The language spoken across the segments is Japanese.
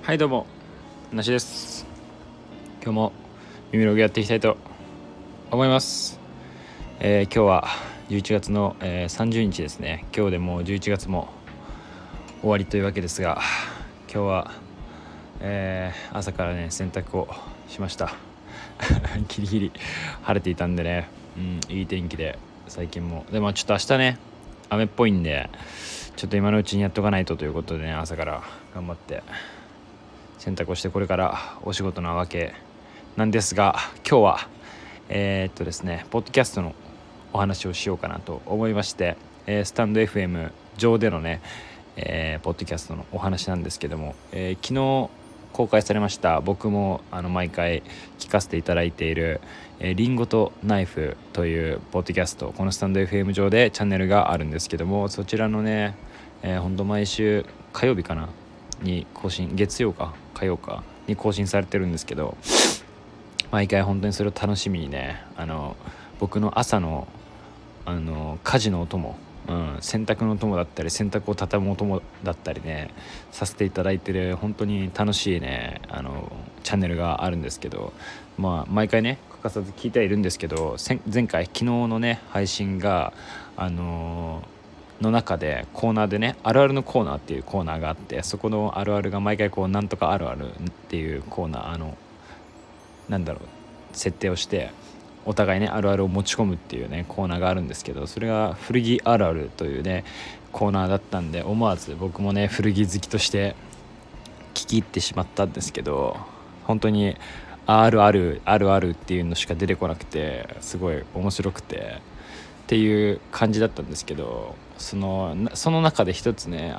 はいどうも、なしです。今日も耳ログやっていきたいと思います。今日は11月の、30日ですね。今日でもう11月も終わりというわけですが、今日は、朝からね洗濯をしました。ギリギリ晴れていたんでね、いい天気で最近も。でもちょっと明日ね雨っぽいんで、ちょっと今のうちにやっとかないとということでね、朝から頑張って洗濯をしてこれからお仕事なわけなんですが、今日はですねポッドキャストのお話をしようかなと思いまして、スタンド FM 上でのね、ポッドキャストのお話なんですけども、昨日公開されました。僕も毎回聞かせていただいている、リンゴとナイフというポッドキャスト、このスタンド FM 上でチャンネルがあるんですけども、そちらのね、ほんと毎週火曜日かなに更新、月曜か火曜かに更新されてるんですけど、毎回本当にそれを楽しみにね、僕の朝の家事のお供、洗濯のお供だったり洗濯を畳むお供だったりねさせていただいてる、本当に楽しいねチャンネルがあるんですけど、毎回ね欠かさず聞いてはいるんですけど、前回昨日のね配信がの中でコーナーでね、あるあるのコーナーっていうコーナーがあって、そこのあるあるが毎回こうなんとかあるあるっていうコーナー、なんだろう設定をしてお互いねあるあるを持ち込むっていうねコーナーがあるんですけど、それが古着あるあるというねコーナーだったんで、思わず僕もね古着好きとして聞き入ってしまったんですけど、本当にあるあるあるあるっていうのしか出てこなくて、すごい面白くてっていう感じだったんですけど、その中で一つね、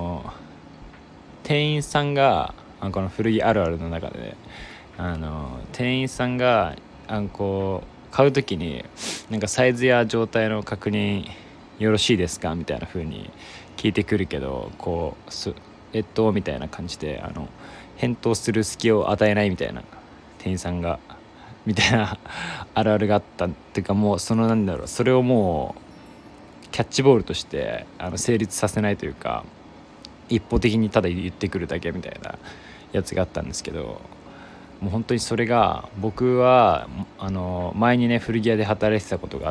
店員さんがこの古着あるあるの中でね、店員さんがこう買う時になんかサイズや状態の確認よろしいですかみたいな風に聞いてくるけど、こうみたいな感じで返答する隙を与えないみたいな店員さんがみたいなあるあるがあったっていうか、もうなんだろう、それをもうキャッチボールとして成立させないというか、一方的にただ言ってくるだけみたいなやつがあったんですけど、もう本当にそれが、僕は前にね古着屋で働いてたことがあって、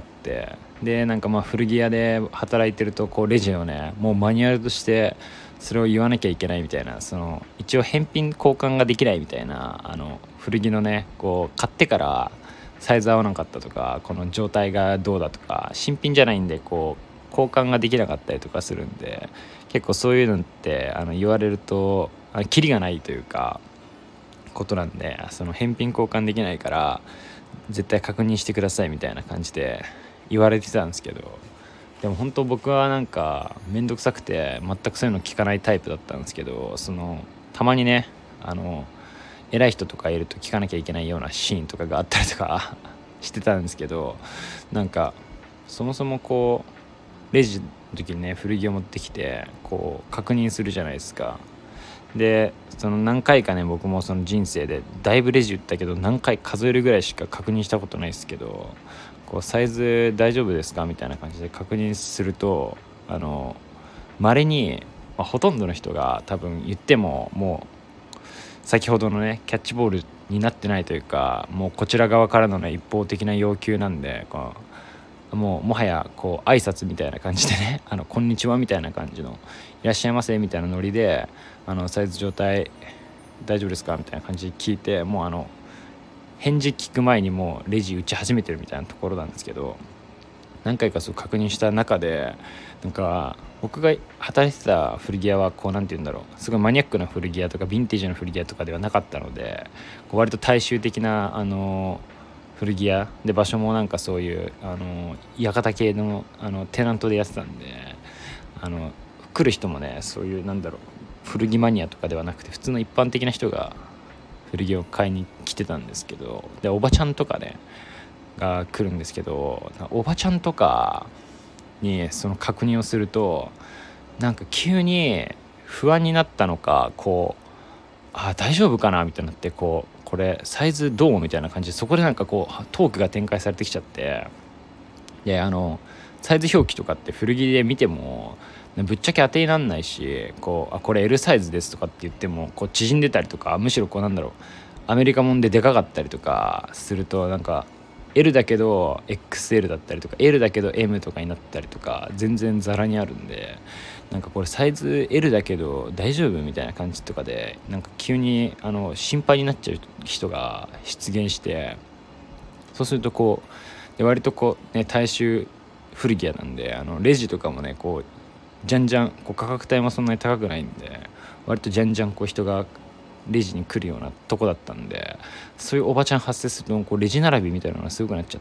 でなんか古着屋で働いてるとこうレジをねもうマニュアルとしてそれを言わなきゃいけないみたいな、一応返品交換ができないみたいな、古着のねこう買ってからサイズ合わなかったとか、この状態がどうだとか、新品じゃないんでこう交換ができなかったりとかするんで、結構そういうのって言われるとキリがないというかことなんで、その返品交換できないから絶対確認してくださいみたいな感じで言われてたんですけど、でも本当僕はなんかめんどくさくて全くそういうの聞かないタイプだったんですけど、たまにね偉い人とかいると聞かなきゃいけないようなシーンとかがあったりとかしてたんですけど、なんかそもそもこうレジの時にね古着を持ってきてこう確認するじゃないですか。で何回かね、僕もその人生でだいぶレジ打ったけど何回数えるぐらいしか確認したことないですけど、こうサイズ大丈夫ですかみたいな感じで確認すると、稀に、ほとんどの人が多分言ってももう先ほどのねキャッチボールになってないというか、もうこちら側からのね一方的な要求なんで、もはやこう挨拶みたいな感じでねこんにちはみたいな感じのいらっしゃいませみたいなノリでサイズ状態大丈夫ですかみたいな感じで聞いて、もう返事聞く前にもうレジ打ち始めてるみたいなところなんですけど、何回かそう確認した中で、なんか僕が働いてた古着屋はこうなんて言うんだろう、すごいマニアックな古着屋とかヴィンテージの古着屋とかではなかったので、こう割と大衆的な古着屋で、場所もなんかそういう館系のテナントでやってたんで、来る人もねそういうなんだろう古着マニアとかではなくて普通の一般的な人が古着を買いに来てたんですけど、でおばちゃんとかねが来るんですけど、おばちゃんとかにその確認をすると、なんか急に不安になったのか、こう大丈夫かなみたいになって、これサイズどうみたいな感じで、そこでなんかこうトークが展開されてきちゃって、でサイズ表記とかって古着で見てもぶっちゃけ当てになんないし、こうこれ L サイズですとかって言ってもこう縮んでたりとか、むしろこうなんだろう、アメリカもんででかかったりとかすると、なんか L だけど XL だったりとか L だけど M とかになったりとか全然ザラにあるんで、なんかこれサイズ L だけど大丈夫みたいな感じとかで、なんか急に心配になっちゃう人が出現して、そうするとこうで割とこうね、大衆古着屋なんで、レジとかもねこうじゃんじゃんこう価格帯もそんなに高くないんで、割とじゃんじゃんこう人がレジに来るようなとこだったんで、そういうおばちゃん発生するとこうレジ並びみたいなのがすごくなっちゃって、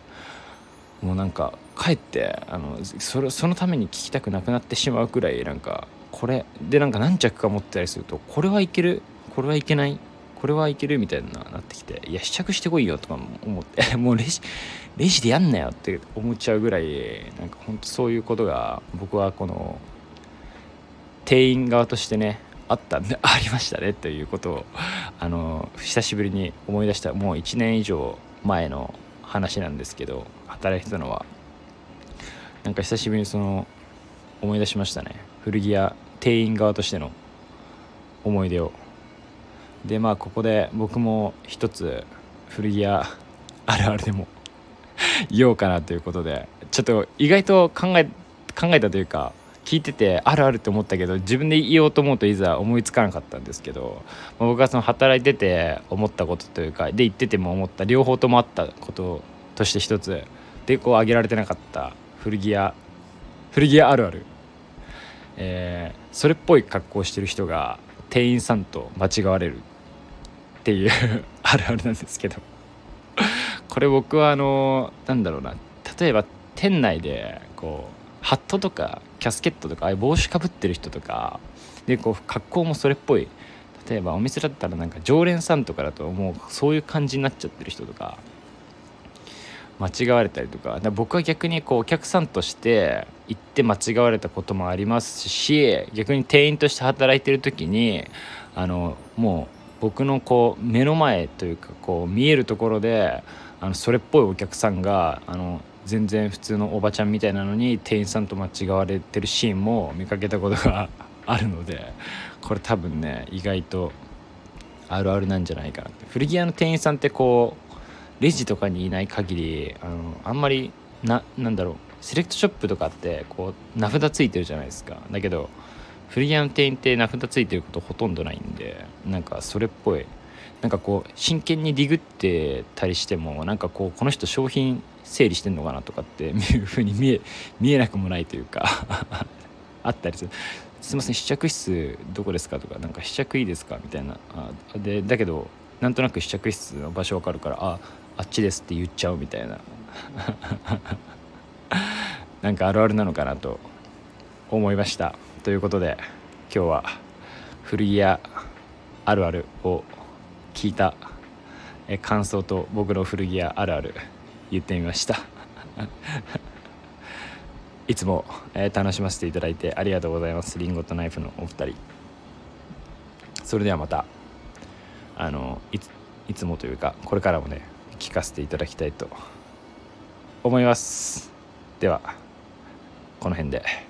もうなんかかえってそのために聞きたくなくなってしまうくらい、なんかこれでなんか何着か持ってたりすると、これはいける、これはいけない、これはいけるみたいななってきて、いや試着してこいよとかも思ってもうレジでやんなよって思っちゃうぐらい、なんかほんとそういうことが僕はこの店員側としてねありましたねということを久しぶりに思い出した。もう1年以上前の話なんですけど、働いてたのはなんか久しぶりに思い出しましたね、古着屋店員側としての思い出を。でまあここで僕も一つ古着屋あるあるでも言おうかなということで、ちょっと意外と考えたというか、聞いててあるあるって思ったけど、自分で言おうと思うといざ思いつかなかったんですけど、僕は働いてて思ったことというかで、言ってても思った両方ともあったこととして一つでこう挙げられてなかった古着屋あるある、それっぽい格好をしてる人が店員さんと間違われるっていうあるあるなんですけど、これ僕はなんだろうな、例えば店内でこうハットとかキャスケットとか、ああいう帽子かぶってる人とかで、こう格好もそれっぽい、例えばお店だったらなんか常連さんとかだともうそういう感じになっちゃってる人とか間違われたりとか、僕は逆にこうお客さんとして行って間違われたこともありますし、逆に店員として働いてる時にもう僕のこう目の前というかこう見えるところでそれっぽいお客さんが全然普通のおばちゃんみたいなのに店員さんと間違われてるシーンも見かけたことがあるので、これ多分ね意外とあるあるなんじゃないかなって。古着屋の店員さんってこうレジとかにいない限りあんまりなんだろう、セレクトショップとかってこう名札ついてるじゃないですか。だけど古着屋の店員って名札ついてることほとんどないんで、なんかそれっぽい、なんかこう真剣にディグってたりしても、なんかこうこの人商品整理してんのかなとかっていう風に見えなくもないというかあったりする。すいません試着室どこですかとか、なんか試着いいですかみたいな、でだけどなんとなく試着室の場所わかるから、あっちですって言っちゃうみたいななんかあるあるなのかなと思いました。ということで今日は古着屋あるあるを聞いた感想と僕の古着屋あるある言ってみましたいつも楽しませていただいてありがとうございます。リンゴとナイフのお二人。それではまたいつもというかこれからもね聞かせていただきたいと思います。ではこの辺で。